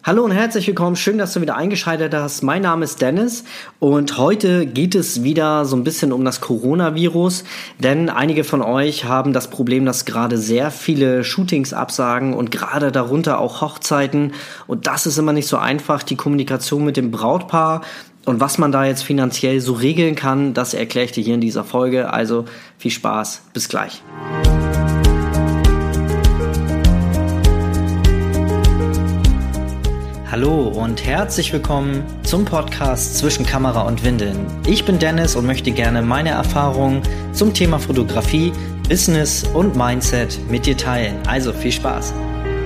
Hallo und herzlich willkommen, schön, dass du wieder eingeschaltet hast. Mein Name ist Dennis und heute geht es wieder so ein bisschen um das Coronavirus, denn einige von euch haben das Problem, dass gerade sehr viele Shootings absagen und gerade darunter auch Hochzeiten, und das ist immer nicht so einfach, die Kommunikation mit dem Brautpaar. Und was man da jetzt finanziell so regeln kann, das erkläre ich dir hier in dieser Folge. Also viel Spaß, bis gleich. Hallo und herzlich willkommen zum Podcast Zwischen Kamera und Windeln. Ich bin Dennis und möchte gerne meine Erfahrungen zum Thema Fotografie, Business und Mindset mit dir teilen. Also viel Spaß!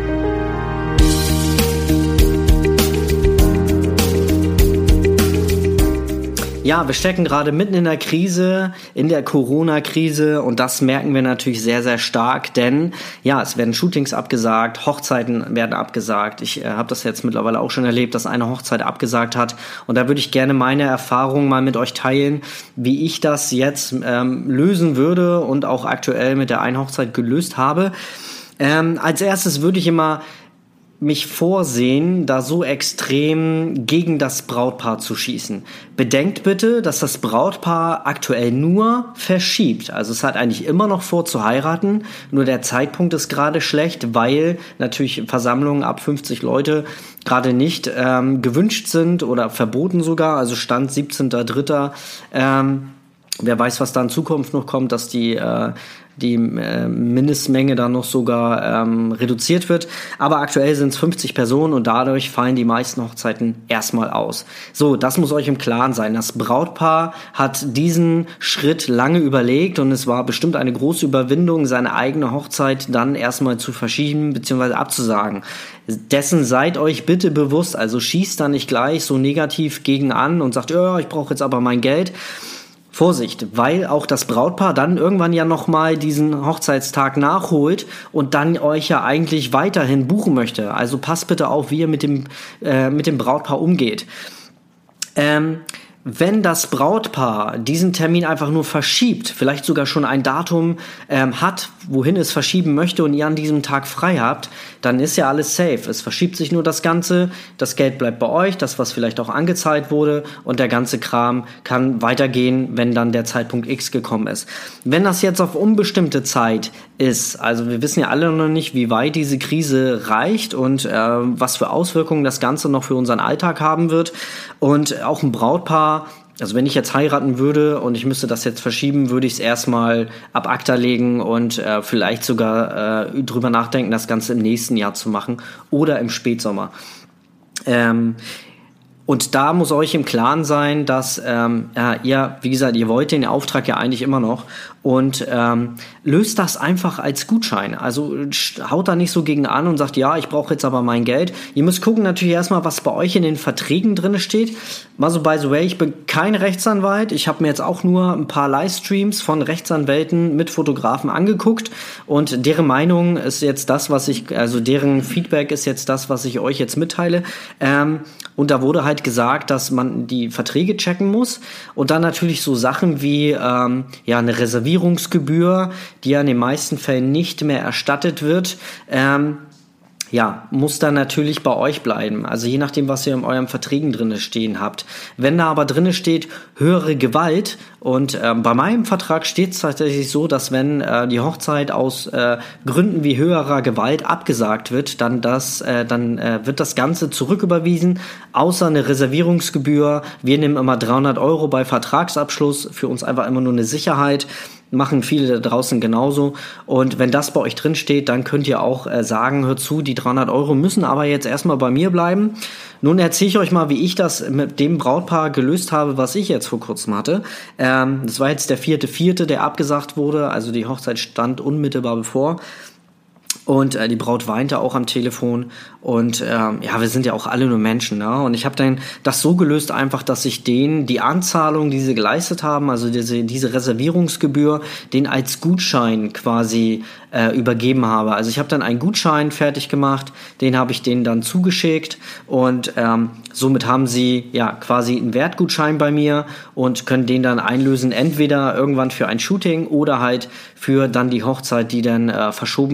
Ja, wir stecken gerade mitten in der Krise, in der Corona-Krise, und das merken wir natürlich sehr, sehr stark, denn ja, es werden Shootings abgesagt, Hochzeiten werden abgesagt. Ich habe das jetzt mittlerweile auch schon erlebt, dass eine Hochzeit abgesagt hat, und da würde ich gerne meine Erfahrungen mal mit euch teilen, wie ich das jetzt lösen würde und auch aktuell mit der einen Hochzeit gelöst habe. Als erstes würde ich immer mich vorsehen, da so extrem gegen das Brautpaar zu schießen. Bedenkt bitte, dass das Brautpaar aktuell nur verschiebt. Also es hat eigentlich immer noch vor zu heiraten, nur der Zeitpunkt ist gerade schlecht, weil natürlich Versammlungen ab 50 Leute gerade nicht gewünscht sind oder verboten sogar. Also Stand 17.03. Wer weiß, was da in Zukunft noch kommt, dass die Mindestmenge dann noch sogar reduziert wird. Aber aktuell sind es 50 Personen und dadurch fallen die meisten Hochzeiten erstmal aus. So, das muss euch im Klaren sein. Das Brautpaar hat diesen Schritt lange überlegt und es war bestimmt eine große Überwindung, seine eigene Hochzeit dann erstmal zu verschieben bzw. abzusagen. Dessen seid euch bitte bewusst, also schießt da nicht gleich so negativ gegen an und sagt, ja, ich brauche jetzt aber mein Geld. Vorsicht, weil auch das Brautpaar dann irgendwann ja nochmal diesen Hochzeitstag nachholt und dann euch ja eigentlich weiterhin buchen möchte. Also passt bitte auf, wie ihr mit dem Brautpaar umgeht. Wenn das Brautpaar diesen Termin einfach nur verschiebt, vielleicht sogar schon ein Datum hat, wohin es verschieben möchte und ihr an diesem Tag frei habt, dann ist ja alles safe. Es verschiebt sich nur das Ganze, das Geld bleibt bei euch, das, was vielleicht auch angezahlt wurde, und der ganze Kram kann weitergehen, wenn dann der Zeitpunkt X gekommen ist. Wenn das jetzt auf unbestimmte Zeit ist, also wir wissen ja alle noch nicht, wie weit diese Krise reicht und was für Auswirkungen das Ganze noch für unseren Alltag haben wird, und auch ein Brautpaar, also wenn ich jetzt heiraten würde und ich müsste das jetzt verschieben, würde ich es erstmal ab acta legen und vielleicht sogar drüber nachdenken, das Ganze im nächsten Jahr zu machen oder im Spätsommer. Und da muss euch im Klaren sein, dass ihr, wie gesagt, ihr wollt den Auftrag ja eigentlich immer noch, und löst das einfach als Gutschein. Also haut da nicht so gegen an und sagt, ja, ich brauche jetzt aber mein Geld. Ihr müsst gucken natürlich erstmal, was bei euch in den Verträgen drin steht. Mal so by the way, ich bin kein Rechtsanwalt. Ich habe mir jetzt auch nur ein paar Livestreams von Rechtsanwälten mit Fotografen angeguckt, und deren Meinung ist jetzt das, deren Feedback ist jetzt das, was ich euch jetzt mitteile. Und da wurde halt gesagt, dass man die Verträge checken muss und dann natürlich so Sachen wie eine Reservierungsgebühr, die ja in den meisten Fällen nicht mehr erstattet wird, muss dann natürlich bei euch bleiben. Also je nachdem, was ihr in euren Verträgen drinne stehen habt. Wenn da aber drinne steht, höhere Gewalt, und bei meinem Vertrag steht es tatsächlich so, dass wenn die Hochzeit aus Gründen wie höherer Gewalt abgesagt wird, dann wird das Ganze zurücküberwiesen, außer eine Reservierungsgebühr. Wir nehmen immer 300 € bei Vertragsabschluss, für uns einfach immer nur eine Sicherheit. Machen viele da draußen genauso, und wenn das bei euch drin steht, dann könnt ihr auch sagen, hört zu, die 300 € müssen aber jetzt erstmal bei mir bleiben. Nun erzähle ich euch mal, wie ich das mit dem Brautpaar gelöst habe, was ich jetzt vor kurzem hatte. Das war jetzt der 4.4., der abgesagt wurde, also die Hochzeit stand unmittelbar bevor. Und die Braut weinte auch am Telefon, und wir sind ja auch alle nur Menschen, ne? Und ich habe dann das so gelöst einfach, dass ich denen die Anzahlung, die sie geleistet haben, also diese Reservierungsgebühr, den als Gutschein quasi übergeben habe. Also ich habe dann einen Gutschein fertig gemacht, den habe ich denen dann zugeschickt, und somit haben sie ja quasi einen Wertgutschein bei mir und können den dann einlösen, entweder irgendwann für ein Shooting oder halt für dann die Hochzeit, die dann verschoben wird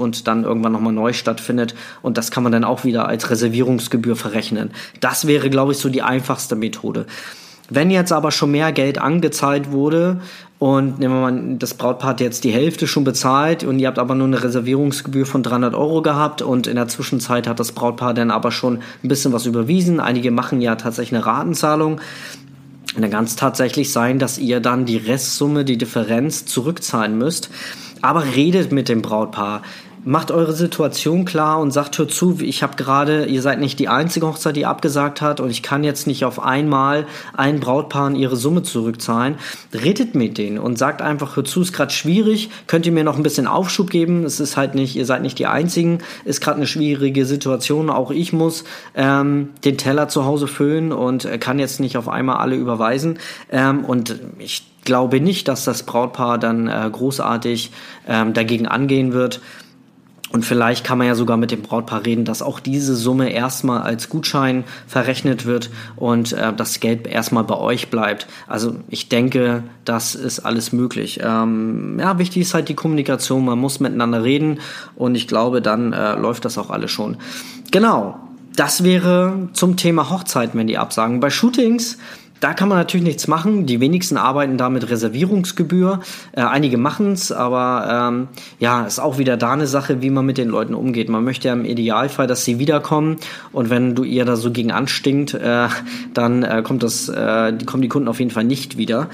und dann irgendwann nochmal neu stattfindet. Und das kann man dann auch wieder als Reservierungsgebühr verrechnen. Das wäre, glaube ich, so die einfachste Methode. Wenn jetzt aber schon mehr Geld angezahlt wurde und nehmen wir mal, das Brautpaar hat jetzt die Hälfte schon bezahlt und ihr habt aber nur eine Reservierungsgebühr von 300 Euro gehabt und in der Zwischenzeit hat das Brautpaar dann aber schon ein bisschen was überwiesen. Einige machen ja tatsächlich eine Ratenzahlung. Und dann kann es tatsächlich sein, dass ihr dann die Restsumme, die Differenz zurückzahlen müsst. Aber redet mit dem Brautpaar. Macht eure Situation klar und sagt, hört zu, ihr seid nicht die einzige Hochzeit, die abgesagt hat und ich kann jetzt nicht auf einmal allen Brautpaaren ihre Summe zurückzahlen. Redet mit denen und sagt einfach, hört zu, ist gerade schwierig, könnt ihr mir noch ein bisschen Aufschub geben? Es ist halt nicht, ihr seid nicht die Einzigen, ist gerade eine schwierige Situation, auch ich muss den Teller zu Hause füllen und kann jetzt nicht auf einmal alle überweisen und ich glaube nicht, dass das Brautpaar dann großartig dagegen angehen wird. Und vielleicht kann man ja sogar mit dem Brautpaar reden, dass auch diese Summe erstmal als Gutschein verrechnet wird und das Geld erstmal bei euch bleibt. Also ich denke, das ist alles möglich. Wichtig ist halt die Kommunikation, man muss miteinander reden und ich glaube, dann läuft das auch alles schon. Genau, das wäre zum Thema Hochzeiten, wenn die absagen. Bei Shootings, da kann man natürlich nichts machen. Die wenigsten arbeiten da mit Reservierungsgebühr. Einige machen es, aber ist auch wieder da eine Sache, wie man mit den Leuten umgeht. Man möchte ja im Idealfall, dass sie wiederkommen. Und wenn du ihr da so gegen anstinkt, dann kommen die Kunden auf jeden Fall nicht wieder.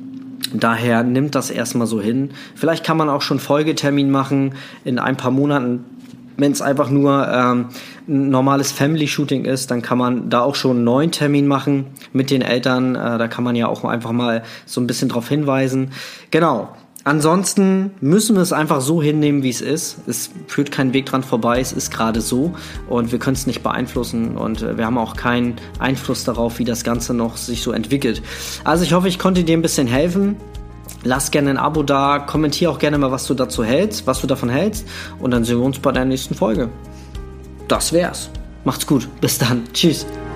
Daher nimmt das erstmal so hin. Vielleicht kann man auch schon Folgetermin machen in ein paar Monaten. Wenn es einfach nur ein normales Family-Shooting ist, dann kann man da auch schon einen neuen Termin machen mit den Eltern. Da kann man ja auch einfach mal so ein bisschen drauf hinweisen. Genau. Ansonsten müssen wir es einfach so hinnehmen, wie es ist. Es führt kein Weg dran vorbei. Es ist gerade so und wir können es nicht beeinflussen und wir haben auch keinen Einfluss darauf, wie das Ganze noch sich so entwickelt. Also ich hoffe, ich konnte dir ein bisschen helfen. Lass gerne ein Abo da, kommentier auch gerne mal, was du davon hältst und dann sehen wir uns bei der nächsten Folge. Das wär's. Macht's gut. Bis dann. Tschüss.